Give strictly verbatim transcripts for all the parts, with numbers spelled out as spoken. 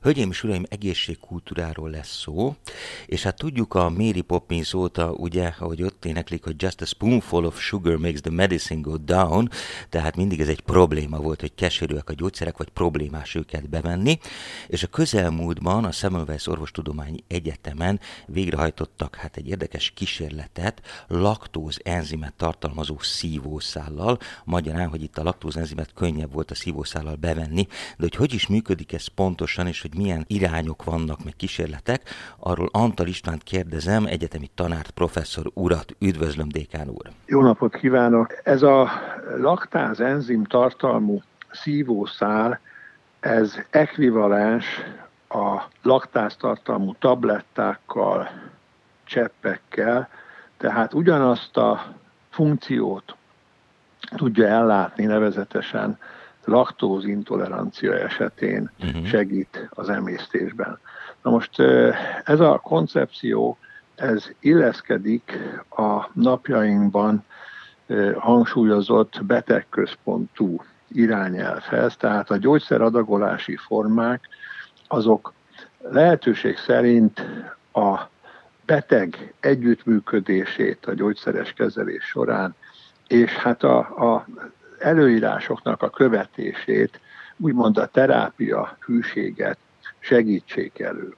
Hölgyeim és uraim, egészségkultúráról lesz szó, és hát tudjuk a Mary Poppins óta, ugye, ahogy ott éneklik, hogy just a spoonful of sugar makes the medicine go down, tehát mindig ez egy probléma volt, hogy keserűek a gyógyszerek, vagy problémás őket bevenni, és a közelmúltban a Semmelweis Orvostudományi Egyetemen végrehajtottak hát egy érdekes kísérletet laktóz enzimet tartalmazó szívószállal, magyarán, hogy itt a laktóz enzimet könnyebb volt a szívószállal bevenni, de hogy hogy is működik ez pontosan, és hogy milyen irányok vannak, meg kísérletek, arról Antal Istvánt kérdezem, egyetemi tanárt, professzor urat. Üdvözlöm, dékán úr! Jó napot kívánok! Ez a laktáz enzim tartalmú szívószál, ez ekvivalens a laktáz tartalmú tablettákkal, cseppekkel, tehát ugyanazt a funkciót tudja ellátni, nevezetesen laktózintolerancia esetén segít az emésztésben. Na most ez a koncepció, ez illeszkedik a napjainkban hangsúlyozott betegközpontú irányelvhez, tehát a gyógyszeradagolási formák azok lehetőség szerint a beteg együttműködését a gyógyszeres kezelés során, és hát a, a előírásoknak a követését, úgymond a terápia hűséget segítsék elő.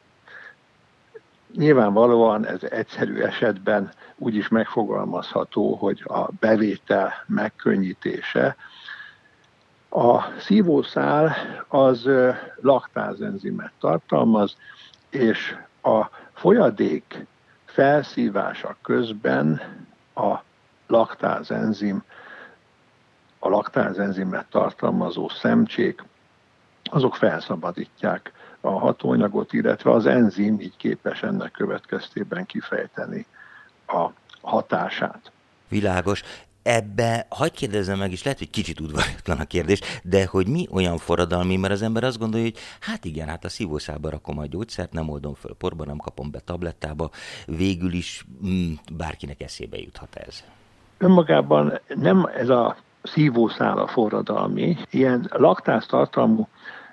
Nyilvánvalóan ez egyszerű esetben úgy is megfogalmazható, hogy a bevétel megkönnyítése. A szívószál az laktázenzimet tartalmaz, és a folyadék felszívása közben a laktázenzim, a laktázenzimet tartalmazó szemcsék, azok felszabadítják a hatóanyagot, illetve az enzim így képes ennek következtében kifejteni a hatását. Világos. Ebbe, hadd kérdezzem meg, és lehet, hogy kicsit udvariatlan a kérdés, de hogy mi olyan forradalmi, mert az ember azt gondolja, hogy hát igen, hát a szívószálba rakom a gyógyszert, nem oldom föl porba, nem kapom be tablettába, végül is mm, bárkinek eszébe juthat ez. Önmagában nem ez a szívószál a forradalmi, ilyen laktáztartalmú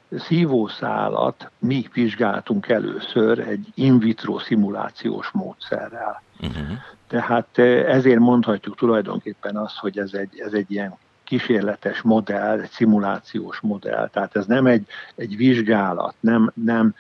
szívószálat mi vizsgáltunk először egy in vitro szimulációs módszerrel. Uh-huh. Tehát ezért mondhatjuk tulajdonképpen azt, hogy ez egy, ez egy ilyen kísérletes modell, egy szimulációs modell, tehát ez nem egy, egy vizsgálat, nem, nem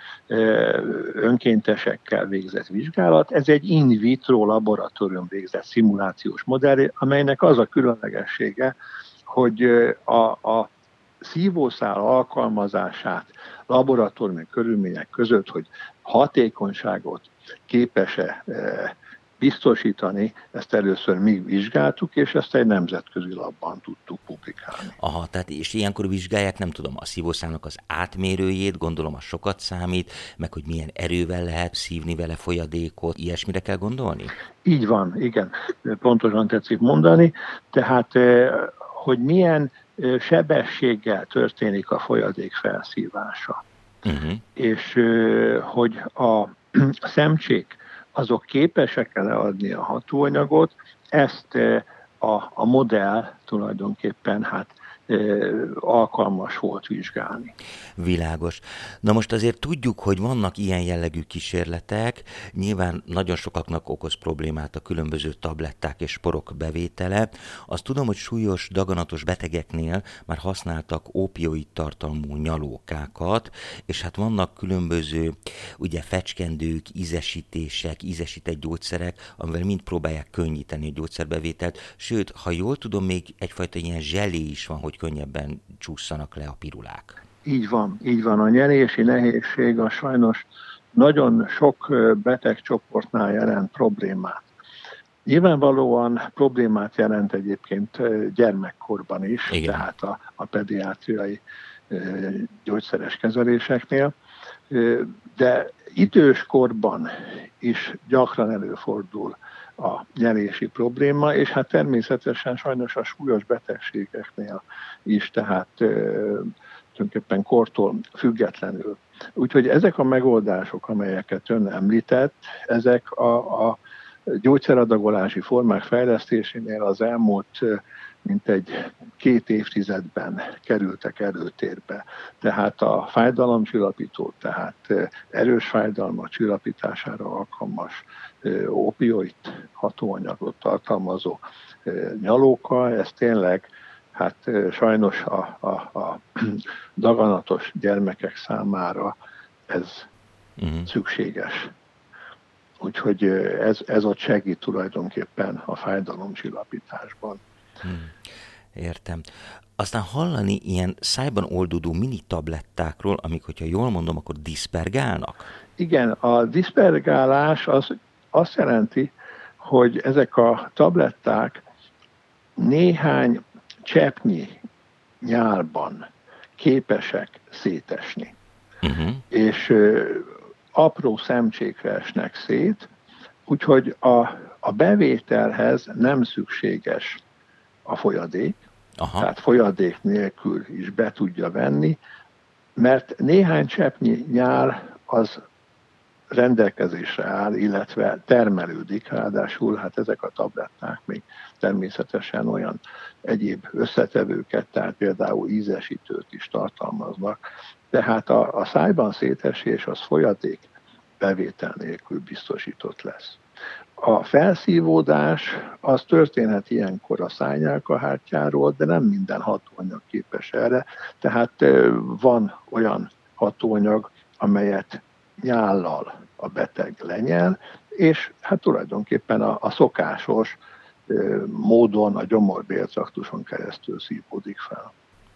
önkéntesekkel végzett vizsgálat, ez egy in vitro laboratórium végzett szimulációs modell, amelynek az a különlegessége, hogy a, a szívószál alkalmazását laboratóriumi körülmények között, hogy hatékonyságot képes-e biztosítani, ezt először mi vizsgáltuk, és ezt egy nemzetközi labban tudtuk publikálni. Aha, tehát és ilyenkor vizsgálják, nem tudom, a szívószálnak az átmérőjét, gondolom a sokat számít, meg hogy milyen erővel lehet szívni vele folyadékot, ilyesmire kell gondolni? Így van, igen, pontosan tetszik mondani, tehát hogy milyen sebességgel történik a folyadék felszívása. Uh-huh. És hogy a szemcsék azok képesek-e leadni a hatóanyagot, ezt a, a modell tulajdonképpen hát alkalmas volt vizsgálni. Világos. Na most azért tudjuk, hogy vannak ilyen jellegű kísérletek, nyilván nagyon sokaknak okoz problémát a különböző tabletták és sporok bevétele. Azt tudom, hogy súlyos, daganatos betegeknél már használtak ópioid tartalmú nyalókákat, és hát vannak különböző ugye fecskendők, ízesítések, ízesített gyógyszerek, amivel mind próbálják könnyíteni a gyógyszerbevételt, sőt, ha jól tudom, még egyfajta ilyen zselé is van, hogy könnyebben csúszanak le a pirulák. Így van, így van. A nyelési nehézség a sajnos nagyon sok betegcsoportnál jelent problémát. Nyilvánvalóan problémát jelent egyébként gyermekkorban is, igen. Tehát a, a pediátriai gyógyszeres kezeléseknél, de időskorban is gyakran előfordul a nyelési probléma, és hát természetesen sajnos a súlyos betegségeknél is, tehát tulajdonképpen kortól függetlenül. Úgyhogy ezek a megoldások, amelyeket ön említett, ezek a, a gyógyszeradagolási formák fejlesztésénél az elmúlt mint egy két évtizedben kerültek előtérbe. Tehát a fájdalomcsillapító, tehát erős fájdalmak csillapítására alkalmas opioid hatóanyagot tartalmazó nyalóka, ez tényleg hát sajnos a, a, a daganatos gyermekek számára ez uh-huh. szükséges. Úgyhogy ez, ez ott segít tulajdonképpen a fájdalomcsillapításban. Hmm. Értem. Aztán hallani ilyen szájban oldódó mini tablettákról, amik, hogyha jól mondom, akkor diszpergálnak? Igen, a diszpergálás az azt jelenti, hogy ezek a tabletták néhány cseppnyi nyálban képesek szétesni. Uh-huh. És ö, apró szemcsékre esnek szét, úgyhogy a, a bevételhez nem szükséges a folyadék, aha. tehát folyadék nélkül is be tudja venni, mert néhány cseppnyi nyál az rendelkezésre áll, illetve termelődik, ráadásul hát ezek a tabletták még természetesen olyan egyéb összetevőket, tehát például ízesítőt is tartalmaznak, tehát a, a szájban szétesés az folyadék bevétel nélkül biztosított lesz. A felszívódás az történhet ilyenkor a szárnyálkahártyáról, de nem minden hatóanyag képes erre, tehát van olyan hatóanyag, amelyet nyállal a beteg lenyel, és hát tulajdonképpen a, a szokásos módon a gyomorbéltraktuson keresztül szívódik fel.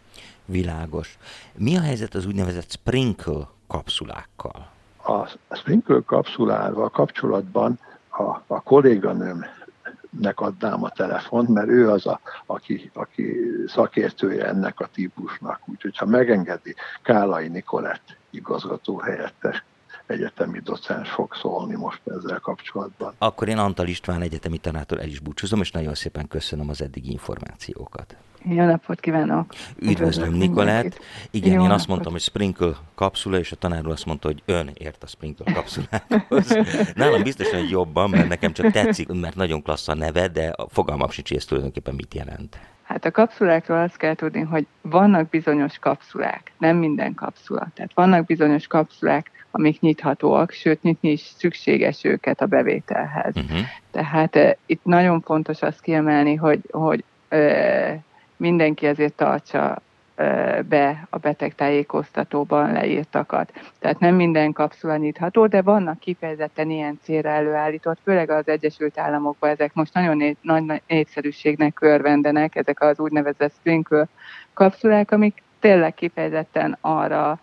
Világos. Mi a helyzet az úgynevezett sprinkle kapszulákkal? A sprinkle kapszulával kapcsolatban a, a kolléganőmnek adnám a telefont, mert ő az, a, aki, aki szakértője ennek a típusnak. Úgyhogy ha megengedi, Kálai Nikolett igazgató helyettes egyetemi docens fog szólni most ezzel kapcsolatban. Akkor én Antal István egyetemi tanártól el is búcsúzom, és nagyon szépen köszönöm az eddigi információkat. Jó napot kívánok! Üdvözlöm Nikolett! Igen, Jó én napot. Azt mondtam, hogy sprinkle kapszula, és a tanár úr azt mondta, hogy ön ért a sprinkle kapszulához. Nálam biztosan, hogy jobban, mert nekem csak tetszik, mert nagyon klassz a neve, de a fogalmam sincs, hogy ez tulajdonképpen mit jelent. Hát a kapszulákról azt kell tudni, hogy vannak bizonyos kapszulák, nem minden kapszula. Tehát vannak bizonyos kapszulák, amik nyithatóak, sőt, nyitni is szükséges őket a bevételhez. Uh-huh. Tehát e, itt nagyon fontos azt kiemelni, hogy, hogy e, mindenki ezért tartsa e, be a betegtájékoztatóban leírtakat. Tehát nem minden kapszula nyitható, de vannak kifejezetten ilyen célra előállított, főleg az Egyesült Államokban ezek most nagyon né- nagy népszerűségnek örvendenek, ezek az úgynevezett sprinkle kapszulák, amik tényleg kifejezetten arra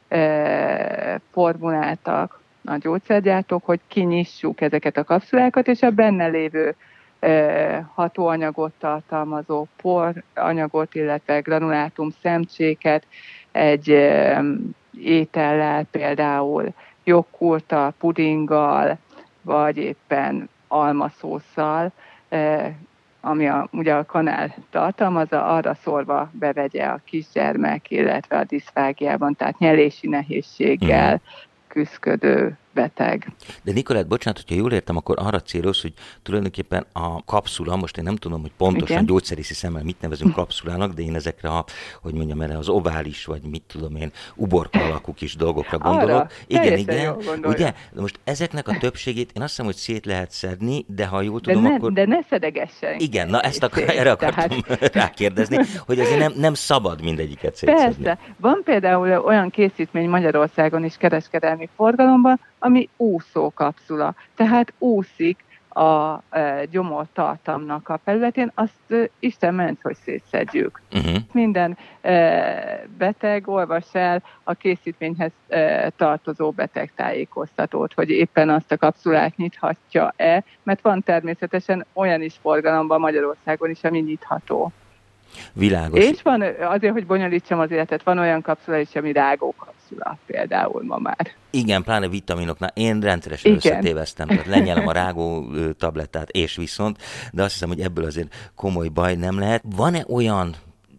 e, formuláltak a gyógyszergyártók, hogy kinyissuk ezeket a kapszulákat, és a benne lévő e, hatóanyagot tartalmazó poranyagot, illetve granulátum szemcséket egy e, étellel, például joghurttal, pudinggal, vagy éppen almaszósszal, e, ami a, ugye a kanál tartalmazza, arra szórva bevegye a kisgyermek, illetve a diszfágiában, tehát nyelési nehézséggel hmm. küszködő beteg. De Nikolett, bocsánat, hogyha jól értem, akkor arra célhoz, hogy tulajdonképpen a kapszula, most én nem tudom, hogy pontosan igen. gyógyszerészi szemmel mit nevezünk kapszulának, de én ezekre a, hogy mondjam erre, az ovális, vagy mit tudom én, uborka alakú kis dolgokra gondolok. Arra, igen, igen. Ugye? De most ezeknek a többségét én azt hiszem, hogy szét lehet szedni, de ha jól tudom, de ne, akkor... De ne szedegessen. Igen, na ezt akar, erre akartam tehát... rákérdezni, hogy azért nem, nem szabad mindegyiket szétszedni. Persze. Van például olyan készítmény Magyarországon is kereskedelmi forgalomban, ami úszó kapszula. Tehát úszik a e, gyomortartamnak a felületén, azt e, Isten ments, hogy szétszedjük. Uh-huh. Minden e, beteg olvas el a készítményhez e, tartozó betegtájékoztatót, hogy éppen azt a kapszulát nyithatja-e, mert van természetesen olyan is forgalomban Magyarországon is, ami nyitható. Világos. És van, azért, hogy bonyolítsam az életet, van olyan kapszula is, ami rágó kapszula, például ma már. Igen, pláne vitaminoknál. Én rendszeresen Igen. összetéveztem, tehát lenyelem a rágó tablettát, és viszont, de azt hiszem, hogy ebből azért komoly baj nem lehet. Van-e olyan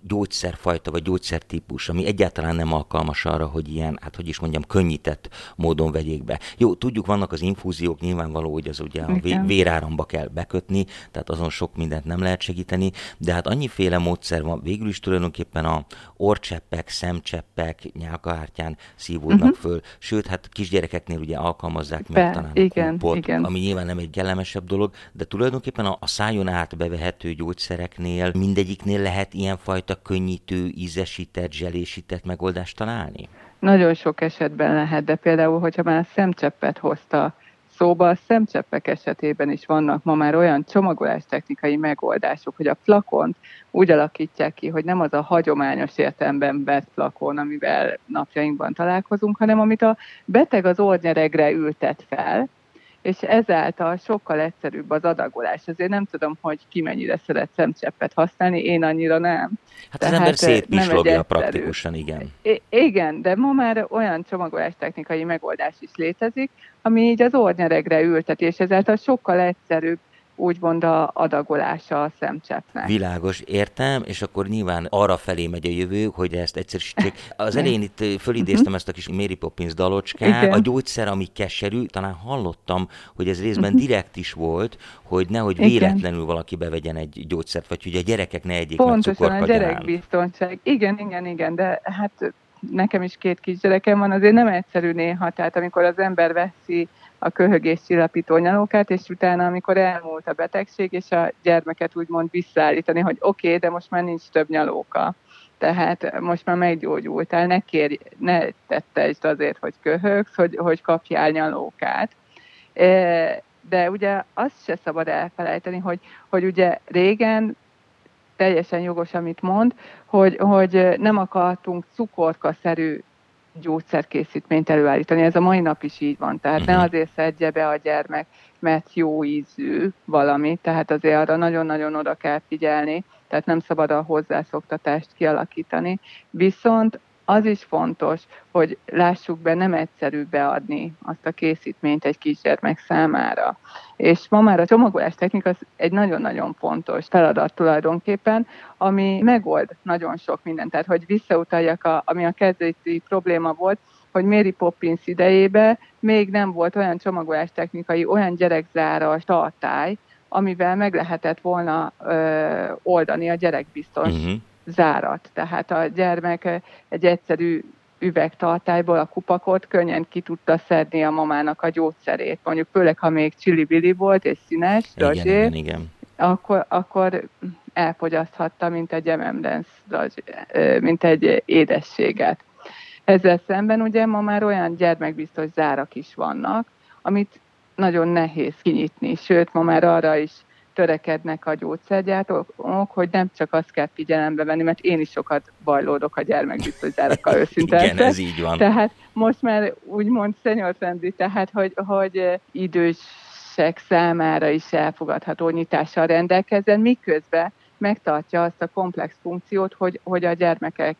gyógyszerfajta vagy gyógyszertípus, ami egyáltalán nem alkalmas arra, hogy ilyen, hát hogy is mondjam, könnyített módon vegyék be. Jó, tudjuk, vannak az infúziók, nyilvánvaló, hogy az ugye a vé- véráramba kell bekötni, tehát azon sok mindent nem lehet segíteni, de hát annyiféle módszer van, végül is tulajdonképpen a orrcseppek, szemcseppek nyálkahártyán szívódnak uh-huh. föl, sőt, hát kisgyerekeknél ugye alkalmazzák meg talán igen, a kúpot, igen. ami nyilván nem egy kellemesebb dolog, de tulajdonképpen a, a szájon át bevehető gyógyszereknél mindegyiknél lehet ilyenfajta könnyítő, ízesített, zselésített megoldást találni? Nagyon sok esetben lehet, de például, hogyha már a szemcseppet hozta szóba, a szemcseppek esetében is vannak ma már olyan csomagolástechnikai megoldások, hogy a flakont úgy alakítják ki, hogy nem az a hagyományos értelemben vett flakon, amivel napjainkban találkozunk, hanem amit a beteg az orrnyeregre ültet fel, és ezáltal sokkal egyszerűbb az adagolás. Azért nem tudom, hogy ki mennyire szeret szemcseppet használni, én annyira nem. Hát az ember szétpislogja praktikusan, igen. I- igen, de ma már olyan csomagolástechnikai megoldás is létezik, ami így az orrnyeregre ülteti, és ezáltal sokkal egyszerűbb úgymond a adagolása a szemcseppnek. Világos, értem, és akkor nyilván arra felé megy a jövő, hogy ezt egyszerűsítsék. Az elején itt fölidéztem ezt a kis Mary Poppins dalocskát, igen. A gyógyszer, ami keserű, talán hallottam, hogy ez részben direkt is volt, hogy nehogy véletlenül igen. valaki bevegyen egy gyógyszert, vagy hogy a gyerekek ne egyék meg cukorkagyarán. Pontosan, a gyerekbiztonság. Igen, igen, igen, de hát nekem is két kisgyerekem van, azért nem egyszerű néha, tehát amikor az ember veszi a köhögéscsillapító nyalókát, és utána, amikor elmúlt a betegség, és a gyermeket úgymond visszaállítani, hogy oké, okay, de most már nincs több nyalóka. Tehát most már meggyógyultál, ne kérj, ne tettesd azért, hogy köhögsz, hogy, hogy kapjál nyalókát. De ugye azt se szabad elfelejteni, hogy, hogy ugye régen teljesen jogos, amit mond, hogy, hogy nem akartunk cukorkaszerű gyógyszerkészítményt előállítani. Ez a mai nap is így van. Tehát uh-huh. ne azért szedje be a gyermek, mert jó ízű valami, tehát azért arra nagyon-nagyon oda kell figyelni, tehát nem szabad a hozzászoktatást kialakítani. Viszont az is fontos, hogy lássuk be, nem egyszerű beadni azt a készítményt egy kisgyermek számára. És ma már a csomagolás technika az egy nagyon-nagyon fontos feladat tulajdonképpen, ami megold nagyon sok mindent. Tehát, hogy visszautaljak, a, ami a kezdeti probléma volt, hogy Mary Poppins idejében még nem volt olyan csomagolástechnikai, olyan gyerekzáras tartály, amivel meg lehetett volna ö, oldani a gyerekbiztos uh-huh. zárat. Tehát a gyermek egy egyszerű üvegtartályból a kupakot könnyen ki tudta szedni a mamának a gyógyszerét. Mondjuk főleg, ha még csili-bili volt és színes, igen, igen, igen. Akkor, akkor elfogyaszthatta, mint egy em and em's, mint egy édességet. Ezzel szemben ugye ma már olyan gyermekbiztos zárak is vannak, amit nagyon nehéz kinyitni, sőt, ma már arra is törekednek a gyógyszergyártók, hogy nem csak azt kell figyelembe venni, mert én is sokat bajlódok a gyermekbiztos zárakkal őszintén. Igen, ez így van. Tehát most már úgymond senior friendly, tehát hogy, hogy idősek számára is elfogadható nyitással rendelkezzen, miközben megtartja azt a komplex funkciót, hogy, hogy a gyermekek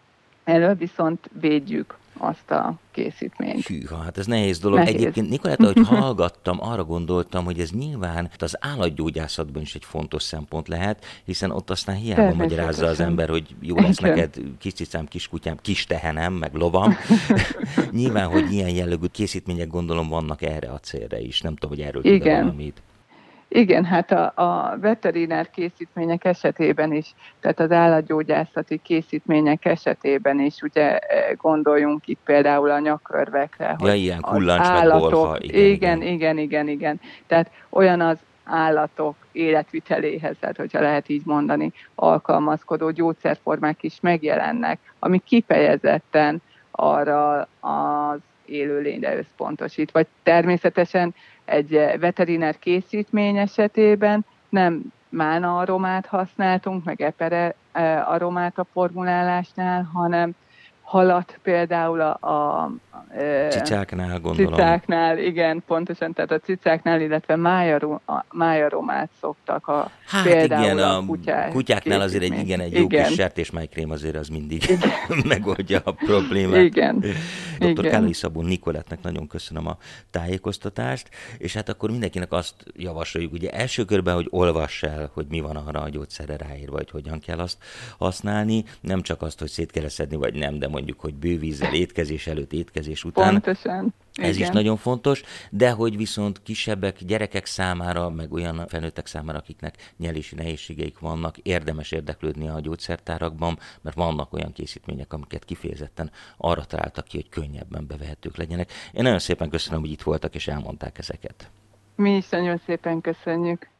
elől viszont védjük azt a készítményt. Hűha, hát ez nehéz dolog. Nehéz. Egyébként, Nikoletta, hogy hallgattam, arra gondoltam, hogy ez nyilván az állatgyógyászatban is egy fontos szempont lehet, hiszen ott aztán hiába magyarázza az ember, hogy jó lesz igen. neked kis cicám, kis kutyám, kis tehenem, meg lovam. Nyilván, hogy ilyen jellegű készítmények gondolom vannak erre a célra is. Nem tudom, hogy erről tud valamit. Igen, hát a, a veterinár készítmények esetében is, tehát az állatgyógyászati készítmények esetében is, ugye gondoljunk itt például a nyakörvekre, ja, hogy ilyen kullancs, állatok, bolha, igen, igen, igen, igen, igen. Tehát olyan az állatok életviteléhez, tehát hogyha lehet így mondani, alkalmazkodó gyógyszerformák is megjelennek, ami kifejezetten arra az élőlényre összpontosít, vagy természetesen egy veterinár készítmény esetében nem mána aromát használtunk, meg epere aromát a formulálásnál, hanem halat például a, a, a Cicáknál gondolom. Cicáknál, igen, pontosan, tehát a cicáknál, illetve májarom, májaromát szoktak a hát például igen, a, a kutyák kutyáknál azért egy, igen, egy jó igen. kis sertésmájkrém azért az mindig megoldja a problémát. Igen. doktor Kállai Szabó Nikolettnek nagyon köszönöm a tájékoztatást, és hát akkor mindenkinek azt javasoljuk, ugye első körben, hogy olvass el, hogy mi van arra a gyógyszerre ráírva, vagy hogyan kell azt használni, nem csak azt, hogy szét kell szedni, vagy nem, de mondjuk, hogy bővízzel, étkezés előtt, étkezés után. Pontosan. Ez igen. is nagyon fontos, de hogy viszont kisebbek, gyerekek számára, meg olyan felnőttek számára, akiknek nyelési nehézségeik vannak, érdemes érdeklődni a gyógyszertárakban, mert vannak olyan készítmények, amiket kifejezetten arra találtak ki, hogy könnyebben bevehetők legyenek. Én nagyon szépen köszönöm, hogy itt voltak és elmondták ezeket. Mi is nagyon szépen köszönjük.